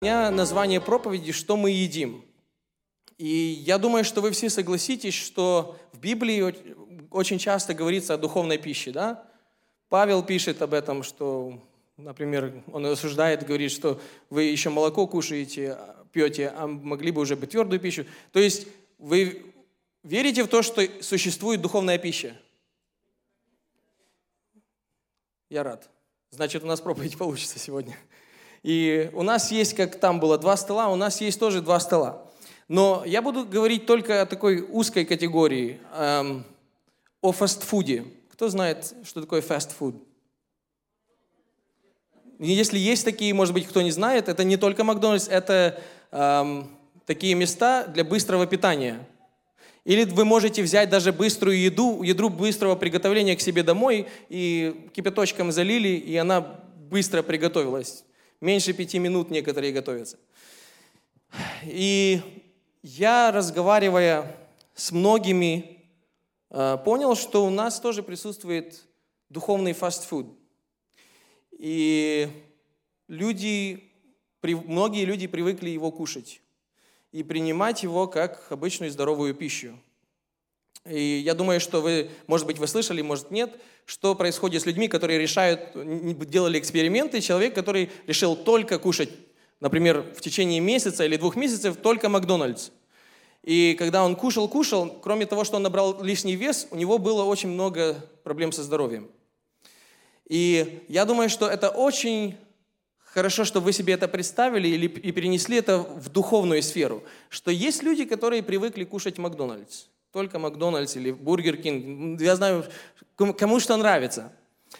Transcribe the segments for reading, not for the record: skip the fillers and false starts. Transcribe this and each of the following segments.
У меня название проповеди «Что мы едим?». И я думаю, что вы все согласитесь, что в Библии очень часто говорится о духовной пище, да? Павел пишет об этом, что, например, он осуждает, говорит, что вы еще молоко кушаете, пьете, а могли бы уже быть твердую пищу. То есть вы верите в то, что существует духовная пища? Я рад. Значит, у нас проповедь получится сегодня. И у нас есть, как там было, 2 стола, у нас есть тоже 2 стола. Но я буду говорить только о такой узкой категории, о фастфуде. Кто знает, что такое фастфуд? Если есть такие, может быть, кто не знает, это не только Макдональдс, это такие места для быстрого питания. Или вы можете взять даже быструю еду быстрого приготовления к себе домой, и кипяточком залили, и она быстро приготовилась. Меньше 5 минут некоторые готовятся. И я, разговаривая с многими, понял, что у нас тоже присутствует духовный фастфуд. И многие люди привыкли его кушать и принимать его как обычную здоровую пищу. И я думаю, что может быть, вы слышали, может, нет, что происходит с людьми, которые делали эксперименты. Человек, который решил только кушать, например, в течение месяца или 2 месяцев только Макдональдс. И когда он кушал, кроме того, что он набрал лишний вес, у него было очень много проблем со здоровьем. И я думаю, что это очень хорошо, что вы себе это представили и перенесли это в духовную сферу. Что есть люди, которые привыкли кушать Макдональдс. Только Макдональдс или Бургер Кинг. Я знаю, кому что нравится.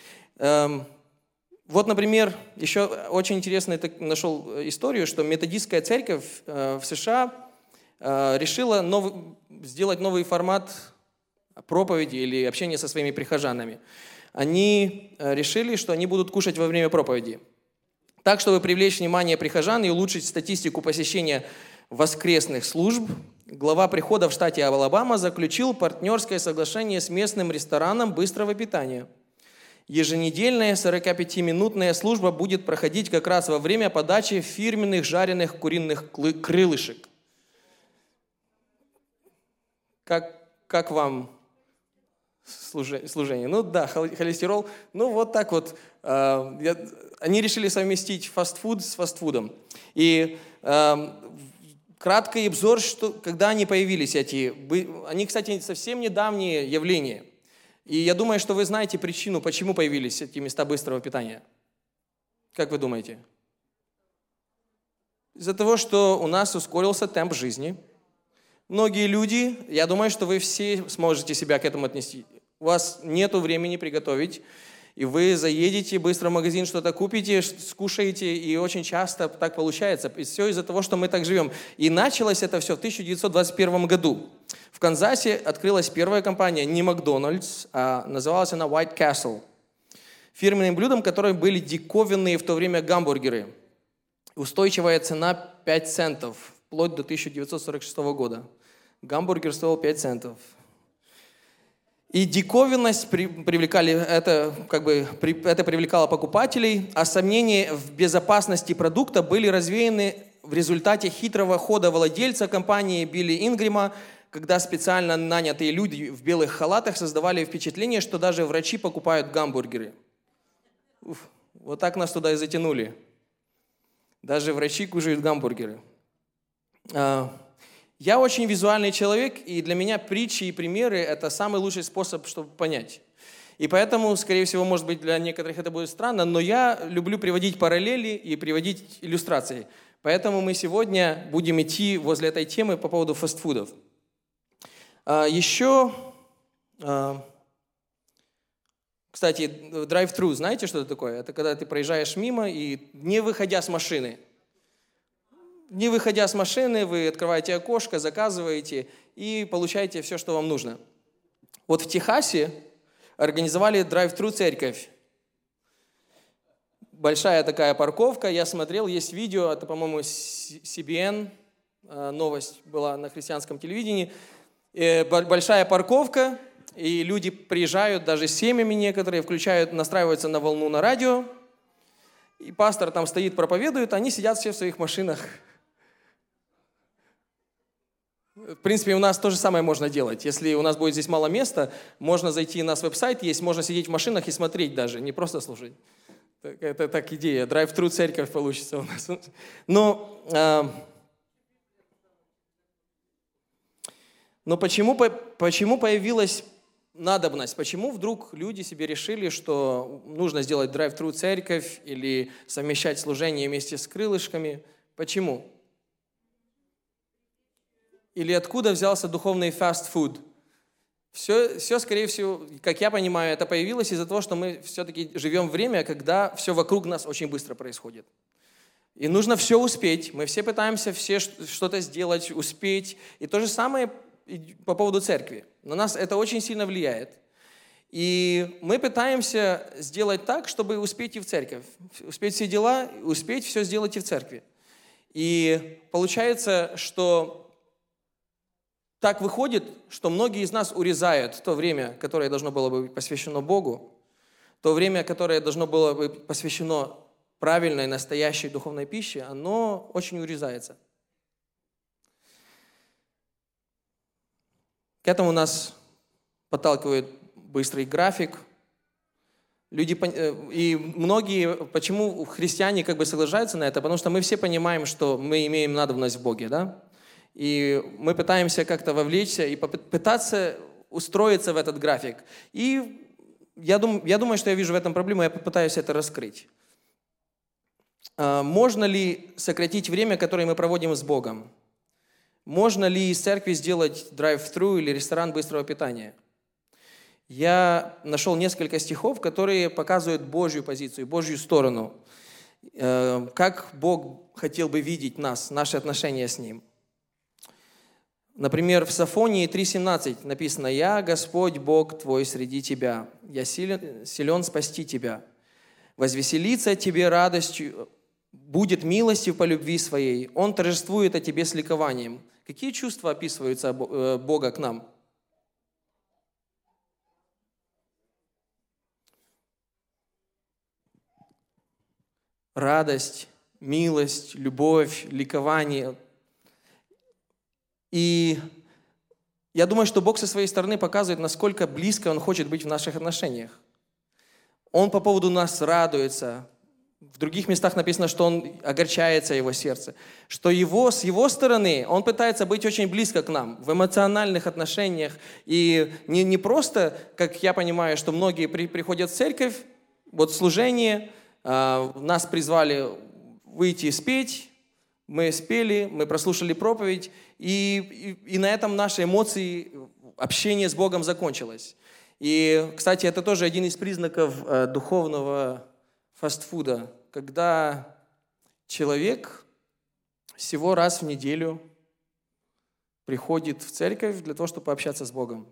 Вот, например, еще очень интересно нашел историю, что методистская церковь в США решила сделать новый формат проповеди или общения со своими прихожанами. Они решили, что они будут кушать во время проповеди. Так, чтобы привлечь внимание прихожан и улучшить статистику посещения воскресных служб, глава прихода в штате Алабама заключил партнерское соглашение с местным рестораном быстрого питания. Еженедельная 45-минутная служба будет проходить как раз во время подачи фирменных жареных куриных крылышек. Как вам служение? Ну да, холестерол. Ну вот так вот. Они решили совместить фастфуд с фастфудом. И краткий обзор, когда они появились они, кстати, совсем недавние явления. И я думаю, что вы знаете причину, почему появились эти места быстрого питания. Как вы думаете? Из-за того, что у нас ускорился темп жизни. Многие люди, я думаю, что вы все сможете себя к этому отнести. У вас нет времени приготовить, и вы заедете быстро в магазин, что-то купите, скушаете, и очень часто так получается. И все из-за того, что мы так живем. И началось это все в 1921 году. В Канзасе открылась первая компания, не Макдональдс, а называлась она White Castle. Фирменным блюдом, которым были диковинные в то время гамбургеры. Устойчивая цена 5 центов, вплоть до 1946 года. Гамбургер стоил 5 центов. И диковинность это привлекало покупателей, а сомнения в безопасности продукта были развеяны в результате хитрого хода владельца компании Билли Ингрима, когда специально нанятые люди в белых халатах создавали впечатление, что даже врачи покупают гамбургеры. Вот так нас туда и затянули. Даже врачи кушают гамбургеры. Я очень визуальный человек, и для меня притчи и примеры – это самый лучший способ, чтобы понять. И поэтому, скорее всего, может быть, для некоторых это будет странно, но я люблю приводить параллели и приводить иллюстрации. Поэтому мы сегодня будем идти возле этой темы по поводу фастфудов. Еще, кстати, drive-thru, знаете, что это такое? Это когда ты проезжаешь мимо и не выходя с машины. Не выходя с машины, вы открываете окошко, заказываете и получаете все, что вам нужно. Вот в Техасе организовали drive-thru церковь. Большая такая парковка. Я смотрел, есть видео, это, по-моему, CBN, новость была на христианском телевидении. Большая парковка, и люди приезжают, даже с семьями некоторые, настраиваются на волну на радио. и пастор там стоит, проповедует, они сидят все в своих машинах. В принципе, у нас то же самое можно делать. Если у нас будет здесь мало места, можно зайти на наш веб-сайт, есть, можно сидеть в машинах и смотреть даже, не просто слушать. Это так идея, драйв-тру церковь получится у нас. Но почему появилась надобность? Почему вдруг люди себе решили, что нужно сделать драйв-тру церковь или совмещать служение вместе с крылышками? Почему? Или откуда взялся духовный фаст-фуд? Все, скорее всего, как я понимаю, это появилось из-за того, что мы все-таки живем в время, когда все вокруг нас очень быстро происходит. И нужно все успеть. Мы все пытаемся все что-то сделать, успеть. И то же самое по поводу церкви. На нас это очень сильно влияет. И мы пытаемся сделать так, чтобы успеть и в церковь. Успеть все дела, успеть все сделать и в церкви. И получается, что так выходит, что многие из нас урезают то время, которое должно было быть посвящено Богу, то время, которое должно было быть посвящено правильной, настоящей духовной пище, оно очень урезается. К этому нас подталкивает быстрый график. Люди, и многие, почему христиане как бы соглашаются на это, потому что мы все понимаем, что мы имеем надобность в Боге, да? И мы пытаемся как-то вовлечься и попытаться устроиться в этот график. И я думаю, что я вижу в этом проблему, я попытаюсь это раскрыть. Можно ли сократить время, которое мы проводим с Богом? Можно ли из церкви сделать драйв-тру или ресторан быстрого питания? Я нашел несколько стихов, которые показывают Божью позицию, Божью сторону. Как Бог хотел бы видеть нас, наши отношения с Ним. Например, в Софонии 3:17 написано: «Я, Господь, Бог твой среди тебя, я силен спасти тебя. Возвеселится тебе радостью, будет милостив по любви своей, Он торжествует о тебе с ликованием». Какие чувства описываются Бога к нам? Радость, милость, любовь, ликование. И я думаю, что Бог со своей стороны показывает, насколько близко Он хочет быть в наших отношениях. Он по поводу нас радуется. В других местах написано, что Он огорчается Его сердце. Что с Его стороны Он пытается быть очень близко к нам, в эмоциональных отношениях. И не просто, как я понимаю, что многие приходят в церковь, вот служение, нас призвали выйти и спеть, мы спели, мы прослушали проповедь, и на этом наши эмоции, общение с Богом закончилось. И, кстати, это тоже один из признаков духовного фастфуда, когда человек всего раз в неделю приходит в церковь для того, чтобы пообщаться с Богом.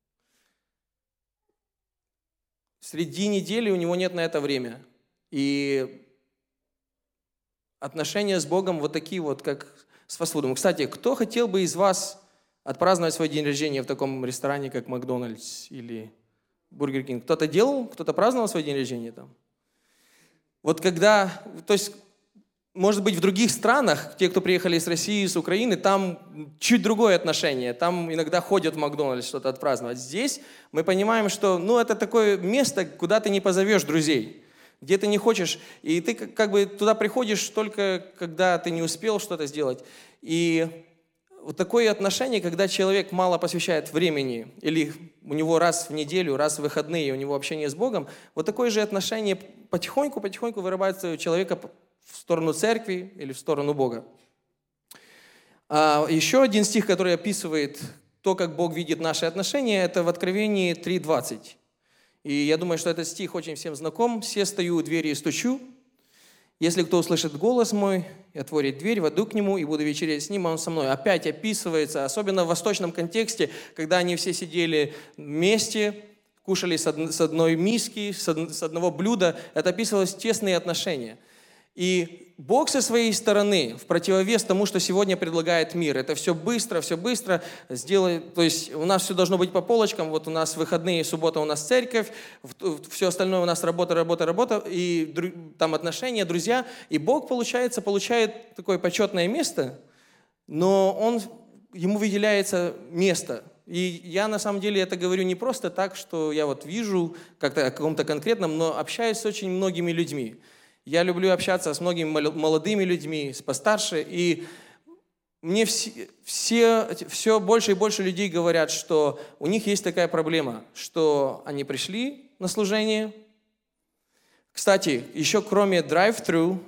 Среди недели у него нет на это время. И отношения с Богом вот такие вот, как с фастфудом. Кстати, кто хотел бы из вас отпраздновать свой день рождения в таком ресторане, как Макдональдс или Бургер Кинг? Кто-то делал? Кто-то праздновал свой день рождения там? Вот когда, то есть, может быть, в других странах, те, кто приехали из России, из Украины, там чуть другое отношение. Там иногда ходят в Макдональдс что-то отпраздновать. Здесь мы понимаем, что это такое место, куда ты не позовешь друзей, где ты не хочешь, и ты как бы туда приходишь только, когда ты не успел что-то сделать. И вот такое отношение, когда человек мало посвящает времени, или у него раз в неделю, раз в выходные, у него общение с Богом, вот такое же отношение потихоньку вырабатывается у человека в сторону церкви или в сторону Бога. Еще один стих, который описывает то, как Бог видит наши отношения, это в Откровении 3:20. И я думаю, что этот стих очень всем знаком. «Се стою у двери и стучу. Если кто услышит голос мой и отворит дверь, войду к нему и буду вечерять с ним, а он со мной». Опять описывается, особенно в восточном контексте, когда они все сидели вместе, кушали с одной миски, с одного блюда. Это описывалось тесные отношения. И Бог со своей стороны, в противовес тому, что сегодня предлагает мир, это все быстро сделай, то есть у нас все должно быть по полочкам, вот у нас выходные, суббота у нас церковь, все остальное у нас работа, и там отношения, друзья, и Бог, получает такое почетное место, но ему выделяется место. И я на самом деле это говорю не просто так, что я вот вижу как-то о каком-то конкретном, но общаюсь с очень многими людьми. Я люблю общаться с многими молодыми людьми, с постарше, и мне все больше и больше людей говорят, что у них есть такая проблема, что они пришли на служение. Кстати, еще кроме drive-thru,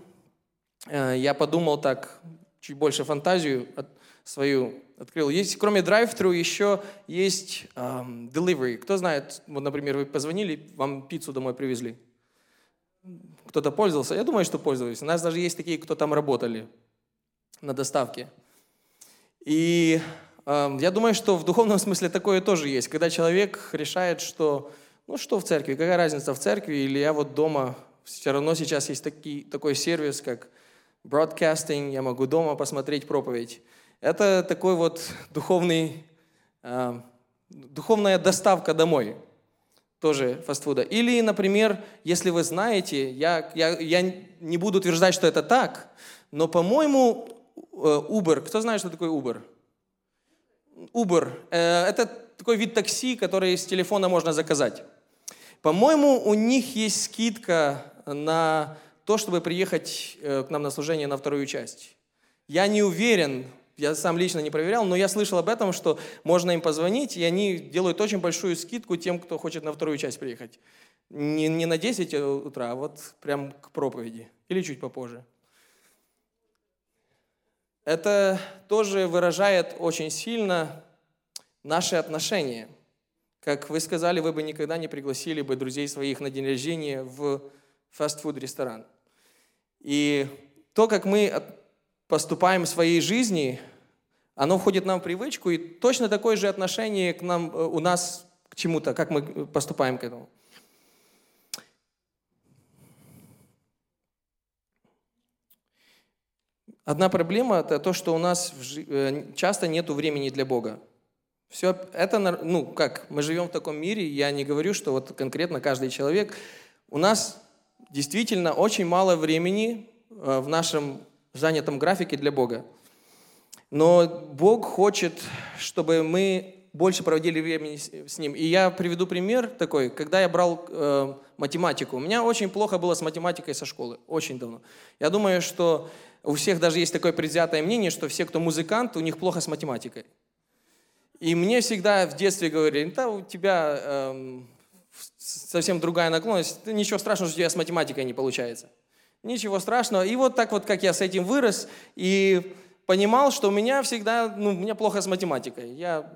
я подумал так, чуть больше фантазию свою открыл. Кроме drive-thru еще есть delivery. Кто знает, вот, например, вы позвонили, вам пиццу домой привезли. Кто-то пользовался? Я думаю, что пользовались. У нас даже есть такие, кто там работали на доставке. И я думаю, что в духовном смысле такое тоже есть. Когда человек решает, что что в церкви, какая разница в церкви или я вот дома. Все равно сейчас есть такой сервис, как broadcasting, я могу дома посмотреть проповедь. Это такой вот духовная доставка домой. Тоже фастфуда. Или, например, если вы знаете, я не буду утверждать, что это так, но, по-моему, Uber, кто знает, что такое Uber? Uber – это такой вид такси, который с телефона можно заказать. По-моему, у них есть скидка на то, чтобы приехать к нам на служение на вторую часть. Я не уверен, я сам лично не проверял, но я слышал об этом, что можно им позвонить, и они делают очень большую скидку тем, кто хочет на вторую часть приехать. Не на 10 утра, а вот прям к проповеди. Или чуть попозже. Это тоже выражает очень сильно наши отношения. Как вы сказали, вы бы никогда не пригласили бы друзей своих на день рождения в фастфуд-ресторан. И то, как мы поступаем в своей жизни, оно входит нам в привычку, и точно такое же отношение к нам, у нас к чему-то, как мы поступаем к этому. Одна проблема – это то, что у нас часто нет времени для Бога. Все это, мы живем в таком мире, я не говорю, что вот конкретно каждый человек. У нас действительно очень мало времени в нашем занятом графике для Бога. Но Бог хочет, чтобы мы больше проводили времени с Ним. И я приведу пример такой. Когда я брал математику, у меня очень плохо было с математикой со школы, очень давно. Я думаю, что у всех даже есть такое предвзятое мнение, что все, кто музыкант, у них плохо с математикой. И мне всегда в детстве говорили, да, у тебя совсем другая наклонность, ничего страшного, что у тебя с математикой не получается. Ничего страшного. И вот так вот, как я с этим вырос, и понимал, что у меня всегда, у меня плохо с математикой.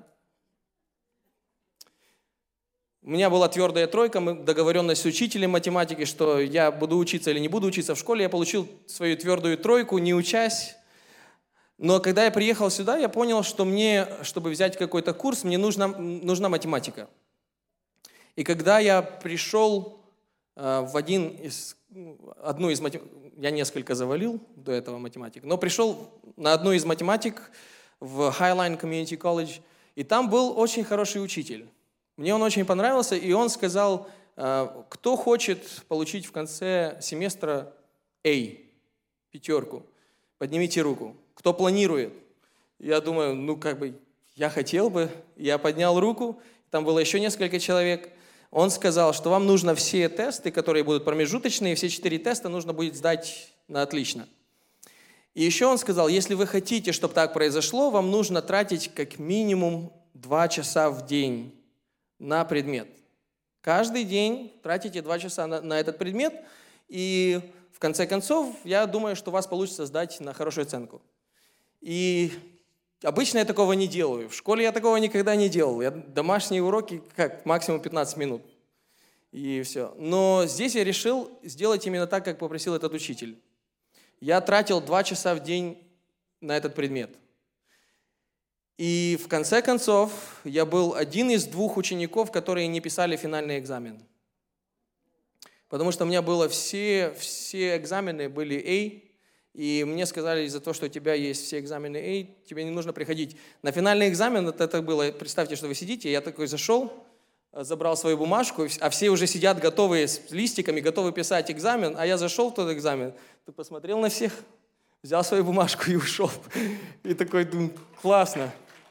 У меня была твердая тройка, договоренность с учителем математики, что я буду учиться или не буду учиться в школе. Я получил свою твердую тройку, не учась. Но когда я приехал сюда, я понял, что мне, чтобы взять какой-то курс, мне нужна математика. И когда я пришел в одну из математик, я несколько завалил до этого математик, но пришел на одну из математик в Highline Community College, и там был очень хороший учитель. Мне он очень понравился, и он сказал, кто хочет получить в конце семестра A, 5, поднимите руку. Кто планирует? Я думаю, я хотел бы. Я поднял руку, там было еще несколько человек. Он сказал, что вам нужно все тесты, которые будут промежуточные, все 4 теста нужно будет сдать на отлично. И еще он сказал, если вы хотите, чтобы так произошло, вам нужно тратить как минимум 2 часа в день на предмет. Каждый день тратите 2 часа на этот предмет, и в конце концов, я думаю, что у вас получится сдать на хорошую оценку. И обычно я такого не делаю. В школе я такого никогда не делал. Домашние уроки максимум 15 минут. И все. Но здесь я решил сделать именно так, как попросил этот учитель. Я тратил 2 часа в день на этот предмет. И в конце концов, я был один из 2 учеников, которые не писали финальный экзамен. Потому что у меня было все экзамены были A, и мне сказали, из-за того, что у тебя есть все экзамены A, тебе не нужно приходить. На финальный экзамен это было, представьте, что вы сидите, я такой зашел, забрал свою бумажку, а все уже сидят готовые с листиками, готовы писать экзамен, а я зашел в тот экзамен, посмотрел на всех, взял свою бумажку и ушел. И такой думаю, классно.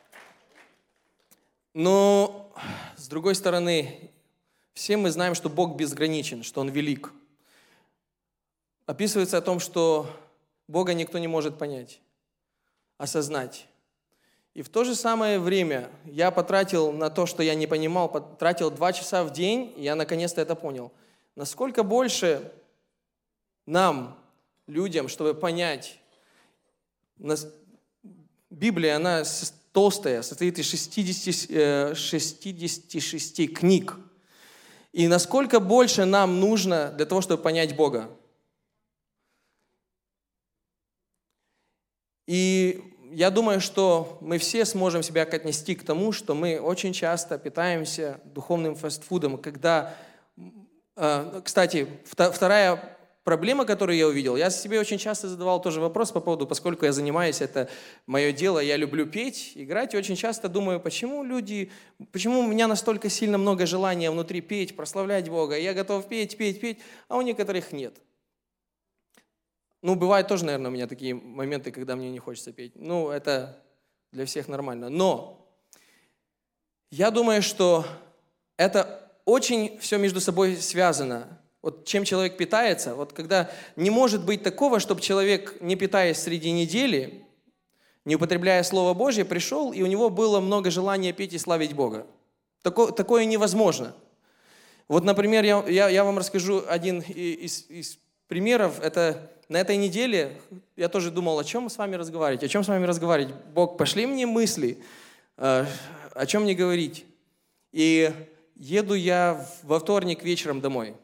Но, с другой стороны, все мы знаем, что Бог безграничен, что Он велик. Описывается о том, что Бога никто не может понять, осознать. И в то же самое время я потратил на то, что я не понимал, потратил 2 часа в день, и я наконец-то это понял. Насколько больше нам, людям, чтобы понять, Библия, она толстая, состоит из 66 книг. И насколько больше нам нужно для того, чтобы понять Бога. И я думаю, что мы все сможем себя отнести к тому, что мы очень часто питаемся духовным фастфудом, когда... Кстати, вторая проблема, которую я увидел, я себе очень часто задавал тоже вопрос по поводу, поскольку я занимаюсь, это мое дело, я люблю петь, играть, и очень часто думаю, почему у меня настолько сильно много желания внутри петь, прославлять Бога, я готов петь, а у некоторых нет. Бывают тоже, наверное, у меня такие моменты, когда мне не хочется петь. Это для всех нормально. Но я думаю, что это очень все между собой связано. Вот чем человек питается, вот когда не может быть такого, чтобы человек, не питаясь среди недели, не употребляя Слово Божье, пришел, и у него было много желания петь и славить Бога. Такое невозможно. Вот, например, я вам расскажу один из примеров. Это на этой неделе я тоже думал, о чем с вами разговаривать, Бог, пошли мне мысли, о чем мне говорить. И еду я во вторник вечером домой.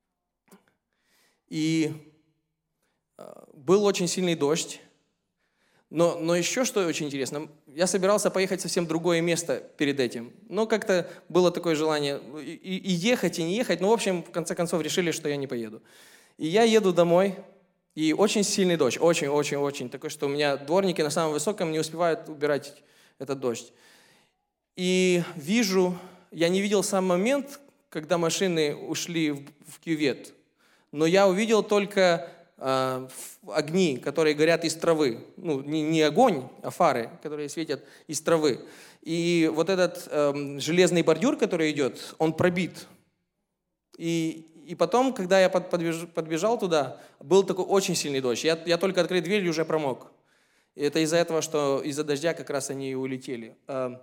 И был очень сильный дождь. Но еще что очень интересно, я собирался поехать в совсем другое место перед этим. Но как-то было такое желание и ехать, и не ехать. В общем, в конце концов решили, что я не поеду. И я еду домой, и очень сильный дождь, очень, такой, что у меня дворники на самом высоком не успевают убирать этот дождь. И я не видел сам момент, когда машины ушли в кювет, но я увидел только огни, которые горят из травы. Не огонь, а фары, которые светят из травы. И вот этот железный бордюр, который идет, он пробит. И потом, когда я подбежал туда, был такой очень сильный дождь. Я только открыл дверь и уже промок. И это из-за этого, что из-за дождя как раз они и улетели.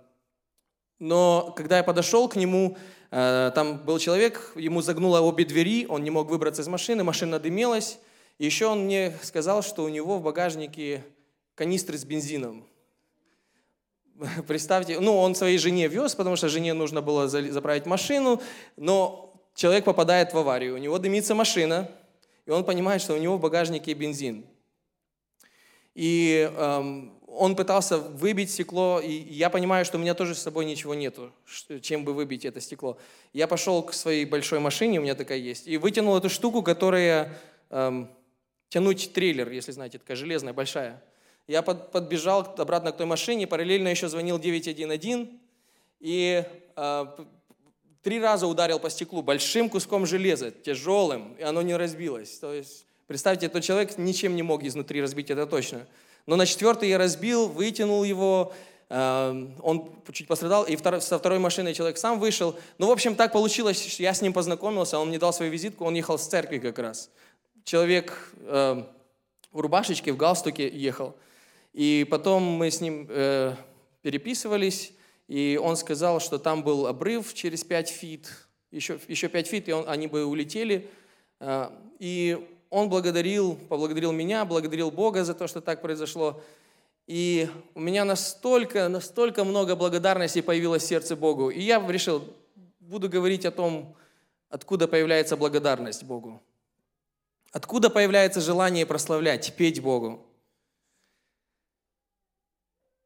Но когда я подошел к нему, там был человек, ему загнуло обе двери, он не мог выбраться из машины, машина дымилась. И еще он мне сказал, что у него в багажнике канистры с бензином. Представьте, он своей жене вез, потому что жене нужно было заправить машину, но человек попадает в аварию, у него дымится машина, и он понимает, что у него в багажнике бензин. И он пытался выбить стекло, и я понимаю, что у меня тоже с собой ничего нету, чем бы выбить это стекло. Я пошел к своей большой машине, у меня такая есть, и вытянул эту штуку, которая тянуть трейлер, если знаете, такая железная, большая. Я подбежал обратно к той машине, параллельно еще звонил 911, и 3 раза ударил по стеклу большим куском железа, тяжелым, и оно не разбилось. То есть, представьте, этот человек ничем не мог изнутри разбить, это точно. Но на 4-й я разбил, вытянул его, он чуть пострадал, и со второй машиной человек сам вышел. В общем, так получилось, что я с ним познакомился, он мне дал свою визитку, он ехал с церкви как раз. Человек в рубашечке, в галстуке ехал. И потом мы с ним переписывались, и он сказал, что там был обрыв через 5 фит, еще 5 фит, и они бы улетели. И он поблагодарил меня, благодарил Бога за то, что так произошло. И у меня настолько много благодарности появилось в сердце Богу. И я решил, буду говорить о том, откуда появляется благодарность Богу. Откуда появляется желание прославлять, петь Богу.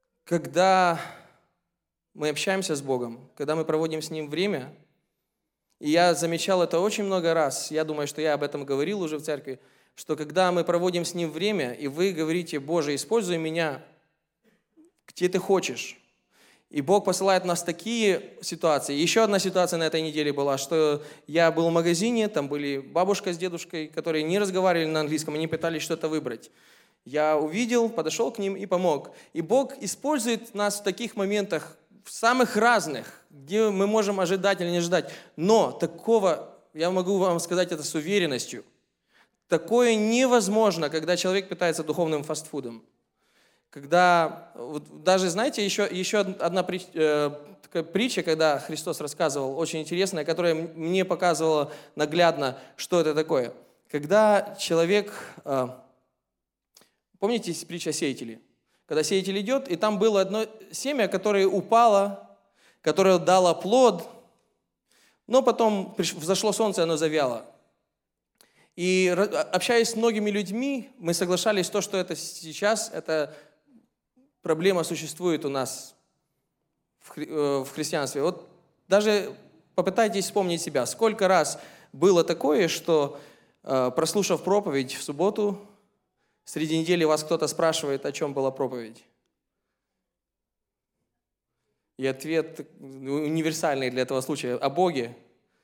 Когда мы общаемся с Богом, когда мы проводим с Ним время, И я замечал это очень много раз. Я думаю, что я об этом говорил уже в церкви, что когда мы проводим с Ним время, и вы говорите: Боже, используй меня, где Ты хочешь. И Бог посылает нас в такие ситуации. Еще одна ситуация на этой неделе была, что я был в магазине, там были бабушка с дедушкой, которые не разговаривали на английском, они пытались что-то выбрать. Я увидел, подошел к ним и помог. И Бог использует нас в таких моментах, в самых разных, где мы можем ожидать или не ожидать. Но такого, я могу вам сказать это с уверенностью, такое невозможно, когда человек питается духовным фастфудом. Когда, вот даже, знаете, еще одна такая притча, когда Христос рассказывал, очень интересная, которая мне показывала наглядно, что это такое. Когда человек, помните притча о сеятеле? Когда сеятель идет, и там было одно семя, которое упало, которое дало плод, но потом взошло солнце, и оно завяло. И общаясь с многими людьми, мы соглашались, что это сейчас, это проблема существует у нас в христианстве. Вот даже попытайтесь вспомнить себя. Сколько раз было такое, что, прослушав проповедь в субботу, среди недели вас кто-то спрашивает, о чем была проповедь? И ответ универсальный для этого случая – о Боге.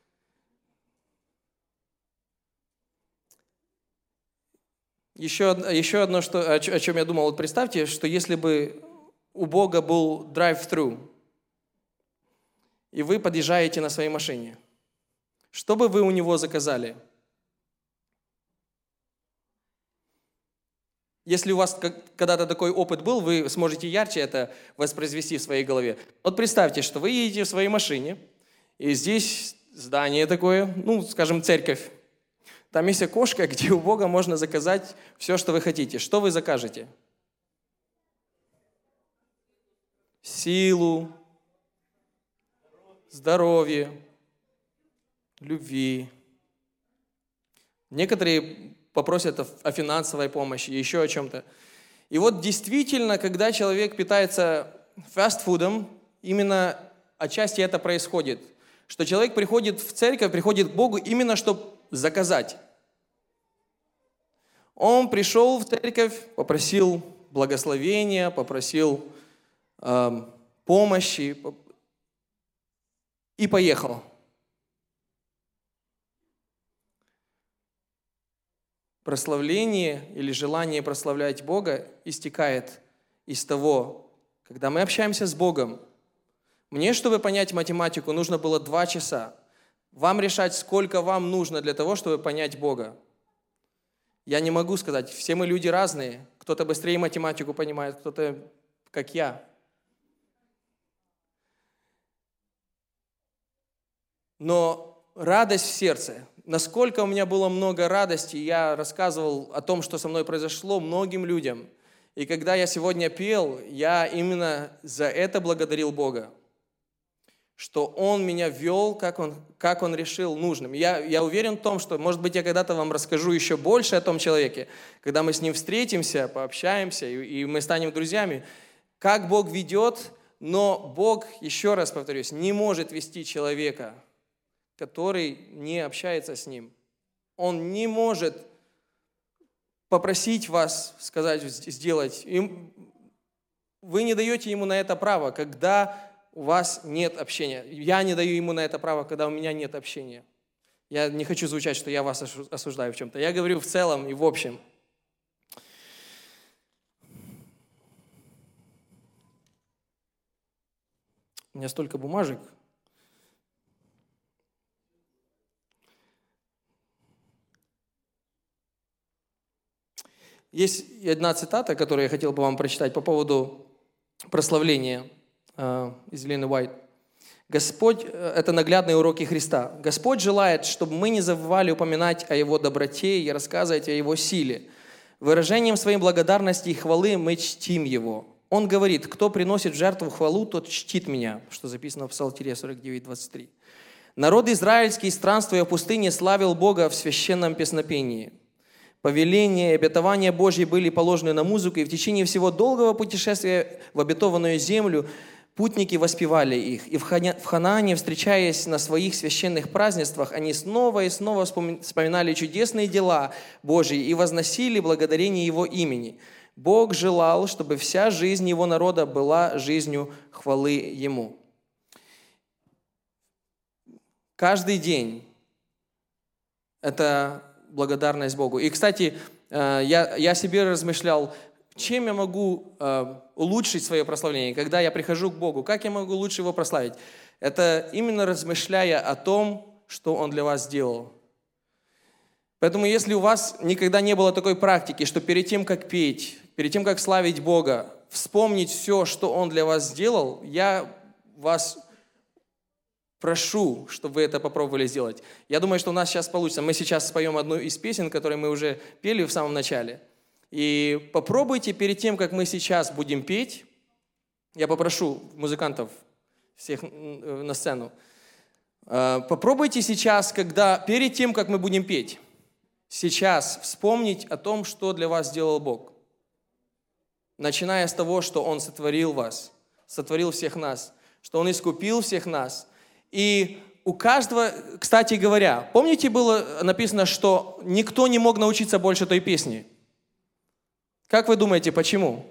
Еще одно, о чем я думал, вот представьте, что если бы у Бога был drive-thru, и вы подъезжаете на своей машине, что бы вы у Него заказали? Если у вас когда-то такой опыт был, вы сможете ярче это воспроизвести в своей голове. Вот представьте, что вы едете в своей машине, и здесь здание такое, скажем, церковь. Там есть окошко, где у Бога можно заказать все, что вы хотите. Что вы закажете? Силу, здоровье, любви. Некоторые попросят о финансовой помощи, еще о чем-то. И вот действительно, когда человек питается фастфудом, именно отчасти это происходит. Что человек приходит в церковь, приходит к Богу именно чтобы заказать. Он пришел в церковь, попросил благословения, попросил помощи и поехал. Прославление или желание прославлять Бога истекает из того, когда мы общаемся с Богом. Мне, чтобы понять математику, нужно было 2 часа. Вам решать, сколько вам нужно для того, чтобы понять Бога. Я не могу сказать, все мы люди разные. Кто-то быстрее математику понимает, кто-то как я. Но радость в сердце. Насколько у меня было много радости, я рассказывал о том, что со мной произошло многим людям. И когда я сегодня пел, я именно за это благодарил Бога. Что Он меня вел, как он решил нужным. Я уверен в том, что, может быть, я когда-то вам расскажу еще больше о том человеке, когда мы с ним встретимся, пообщаемся, и мы станем друзьями, как Бог ведет, но Бог, еще раз повторюсь, не может вести человека, который не общается с Ним. Он не может попросить вас, сказать, сделать. Вы не даете Ему на это право, когда у вас нет общения. Я не даю Ему на это право, когда у меня нет общения. Я не хочу звучать, что я вас осуждаю в чем-то. Я говорю в целом и в общем. У меня столько бумажек. Есть одна цитата, которую я хотел бы вам прочитать по поводу прославления из Лены Уайт. Господь, это наглядные уроки Христа. Господь желает, чтобы мы не забывали упоминать о Его доброте и рассказывать о Его силе. Выражением своей благодарности и хвалы мы чтим Его. Он говорит: кто приносит в жертву хвалу, тот чтит меня, что записано в Псалтире 49:23. Народ израильский, странствуя в пустыне, славил Бога в священном песнопении. Повеления и обетования Божьи были положены на музыку, и в течение всего долгого путешествия в обетованную землю Путники воспевали их, и в Ханаане, встречаясь на своих священных празднествах, они снова и снова вспоминали чудесные дела Божьи и возносили благодарение Его имени. Бог желал, чтобы вся жизнь Его народа была жизнью хвалы Ему. Каждый день это благодарность Богу. И, кстати, я себе размышлял, чем я могу улучшить свое прославление, когда я прихожу к Богу, как я могу лучше Его прославить? Это именно размышляя о том, что Он для вас сделал. Поэтому если у вас никогда не было такой практики, что перед тем, как петь, перед тем, как славить Бога, вспомнить все, что Он для вас сделал, я вас прошу, чтобы вы это попробовали сделать. Я думаю, что у нас сейчас получится. Мы сейчас споем одну из песен, которую мы уже пели в самом начале. И попробуйте перед тем, как мы сейчас будем петь, я попрошу музыкантов всех на сцену, попробуйте сейчас, перед тем, как мы будем петь, сейчас вспомнить о том, что для вас сделал Бог. Начиная с того, что Он сотворил вас, сотворил всех нас, что Он искупил всех нас. И у каждого, кстати говоря, помните, было написано, что никто не мог научиться больше той песни? Как вы думаете, почему?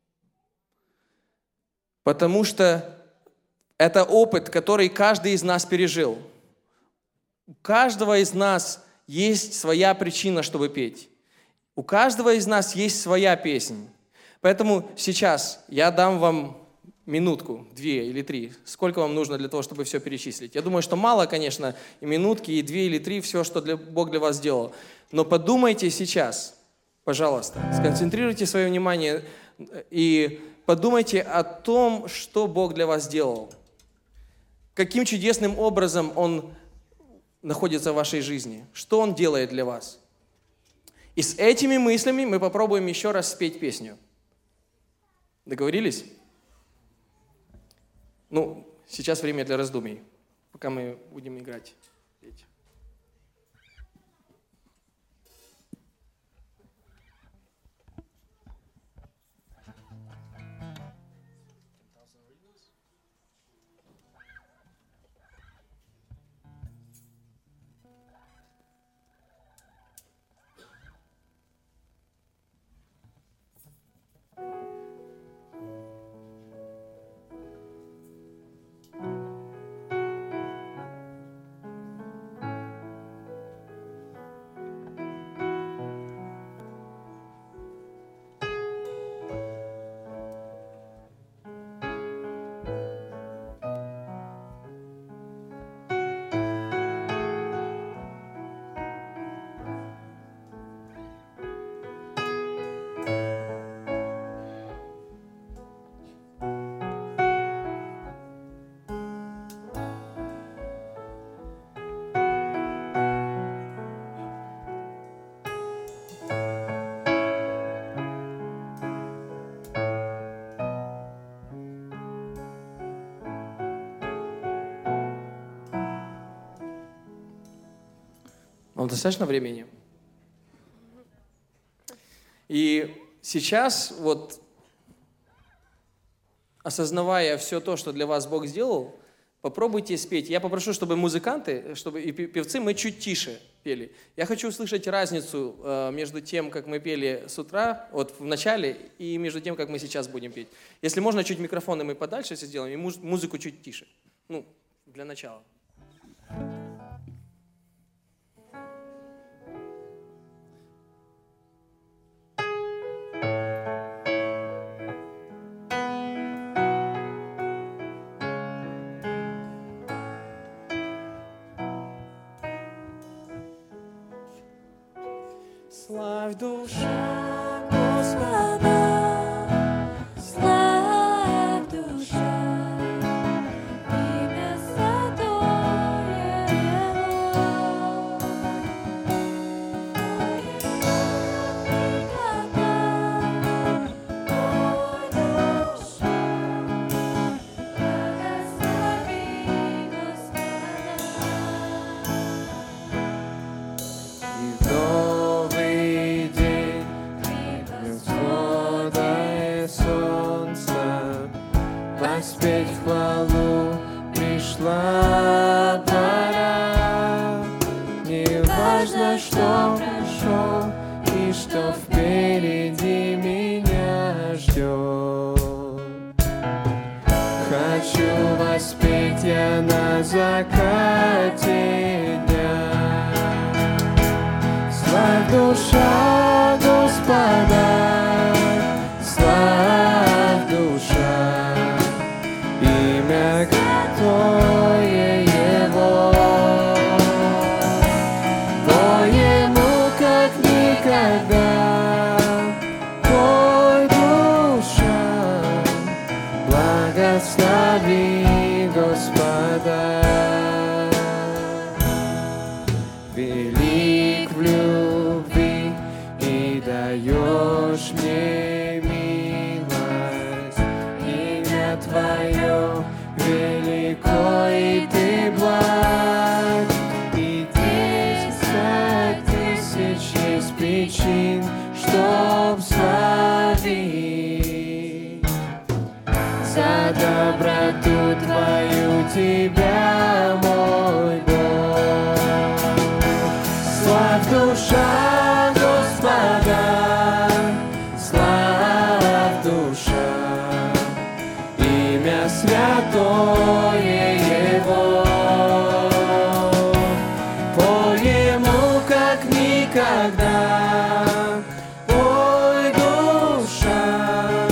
Потому что это опыт, который каждый из нас пережил. У каждого из нас есть своя причина, чтобы петь. У каждого из нас есть своя песня. Поэтому сейчас я дам вам минутку, 2 или 3. Сколько вам нужно для того, чтобы все перечислить? Я думаю, что мало, конечно, и минутки, и 2 или 3, все, что Бог для вас сделал. Но подумайте сейчас, пожалуйста, сконцентрируйте свое внимание и подумайте о том, что Бог для вас сделал. Каким чудесным образом Он находится в вашей жизни. Что Он делает для вас. И с этими мыслями мы попробуем еще раз спеть песню. Договорились? Сейчас время для раздумий, пока мы будем играть. Петь. Вам достаточно времени? И сейчас, осознавая все то, что для вас Бог сделал, попробуйте спеть. Я попрошу, чтобы музыканты, чтобы и певцы, мы чуть тише пели. Я хочу услышать разницу между тем, как мы пели с утра, в начале, и между тем, как мы сейчас будем петь. Если можно, чуть микрофоны мы подальше сделаем, и музыку чуть тише. Для начала. Славь душа Господа, славь душа, имя святое Его. Никогда, ой, душа, благослови Господа. И в новый день воспеть хвалу, пришла пора. Не важно, что прошел и что впереди меня ждет. Хочу воспеть я на закате дня. Славь, душа Господа, славь, душа, имя Святое Его. По Ему как никогда, пой, душа, благослови Господа. Велик в любви и даешь мне милость. Имя Твое велико, и Ты благ. И 10 тысяч есть причин, чтоб славить. За доброту Твою Тебя, мой Бог. Славь, душа Господа, славь, душа, имя Святое Его. По Ему как никогда, пой, душа,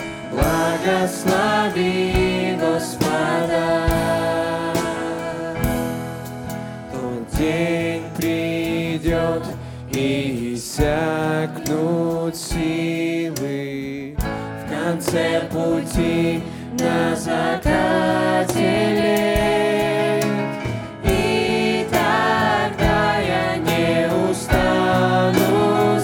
благослови Господа. Тот день придет, и иссякнут силы в конце пути на закате лет. И тогда я не устану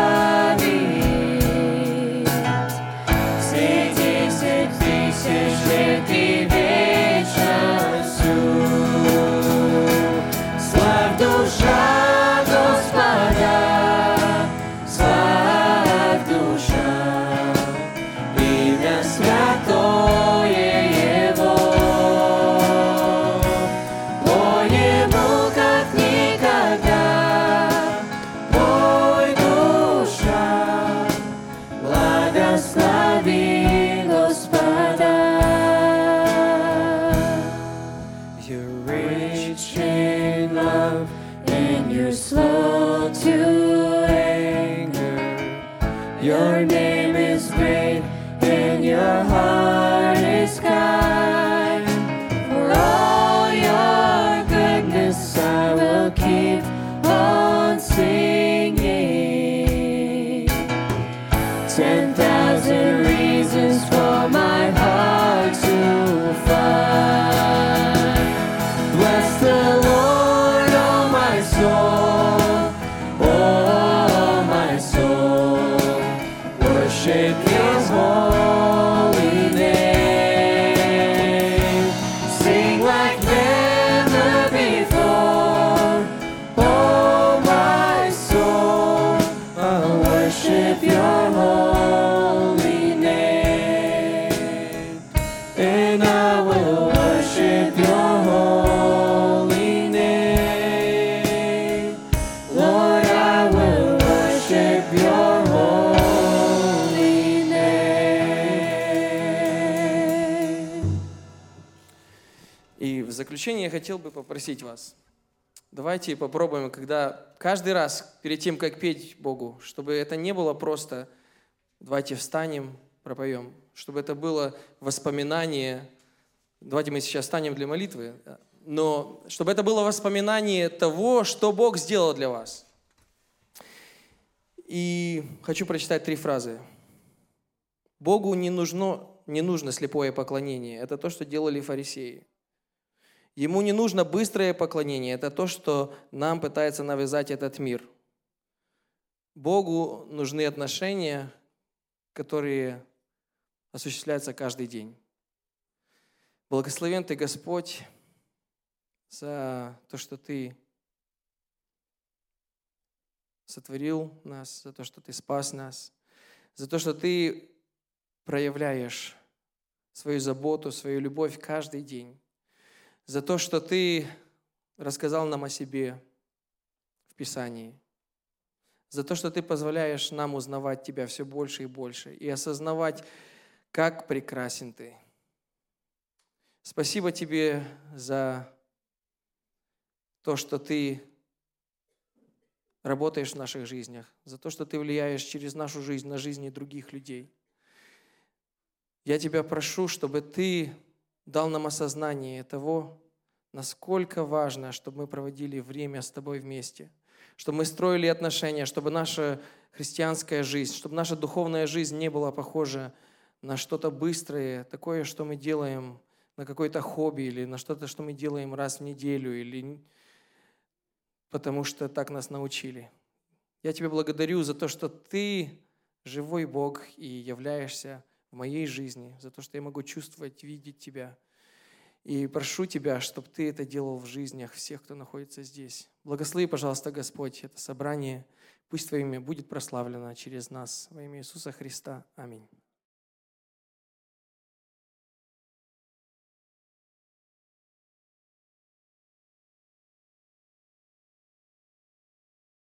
славить все 10 тысяч лет и вечностью. Славь, душа Господа, славь, душа, имя Святое Его. По Ему как никогда, пой, душа, благослови Господа. You're rich in love and you're slow to anger. Your name is great and your heart is kind. For all your goodness I will keep on singing. 10,000 reasons for my heart to find. Bless the Lord, oh my soul, oh my soul. Worship His holy name. Sing like never before, oh my soul. I'll worship Your holy name, and I will worship Your holy name. Lord, I will worship Your holy name. И в заключение я хотел бы попросить вас, давайте попробуем, когда каждый раз перед тем, как петь Богу, чтобы это не было просто «давайте встанем, пропоем», чтобы это было воспоминание, давайте мы сейчас встанем для молитвы, но чтобы это было воспоминание того, что Бог сделал для вас. И хочу прочитать 3 фразы. Богу не нужно слепое поклонение. Это то, что делали фарисеи. Ему не нужно быстрое поклонение. Это то, что нам пытается навязать этот мир. Богу нужны отношения, которые осуществляются каждый день. Благословен Ты, Господь, за то, что Ты сотворил нас, за то, что Ты спас нас, за то, что Ты проявляешь свою заботу, свою любовь каждый день. За то, что Ты рассказал нам о себе в Писании. За то, что Ты позволяешь нам узнавать Тебя все больше и больше и осознавать, как прекрасен Ты. Спасибо Тебе за то, что Ты работаешь в наших жизнях, за то, что Ты влияешь через нашу жизнь на жизни других людей. Я Тебя прошу, чтобы Ты дал нам осознание того, насколько важно, чтобы мы проводили время с Тобой вместе, чтобы мы строили отношения, чтобы наша христианская жизнь, чтобы наша духовная жизнь не была похожа на что-то быстрое, такое, что мы делаем на какое-то хобби или на что-то, что мы делаем раз в неделю, или потому что так нас научили. Я Тебя благодарю за то, что Ты живой Бог и являешься в моей жизни, за то, что я могу чувствовать, видеть Тебя. И прошу Тебя, чтобы Ты это делал в жизнях всех, кто находится здесь. Благослови, пожалуйста, Господь, это собрание. Пусть Твое имя будет прославлено через нас. Во имя Иисуса Христа. Аминь.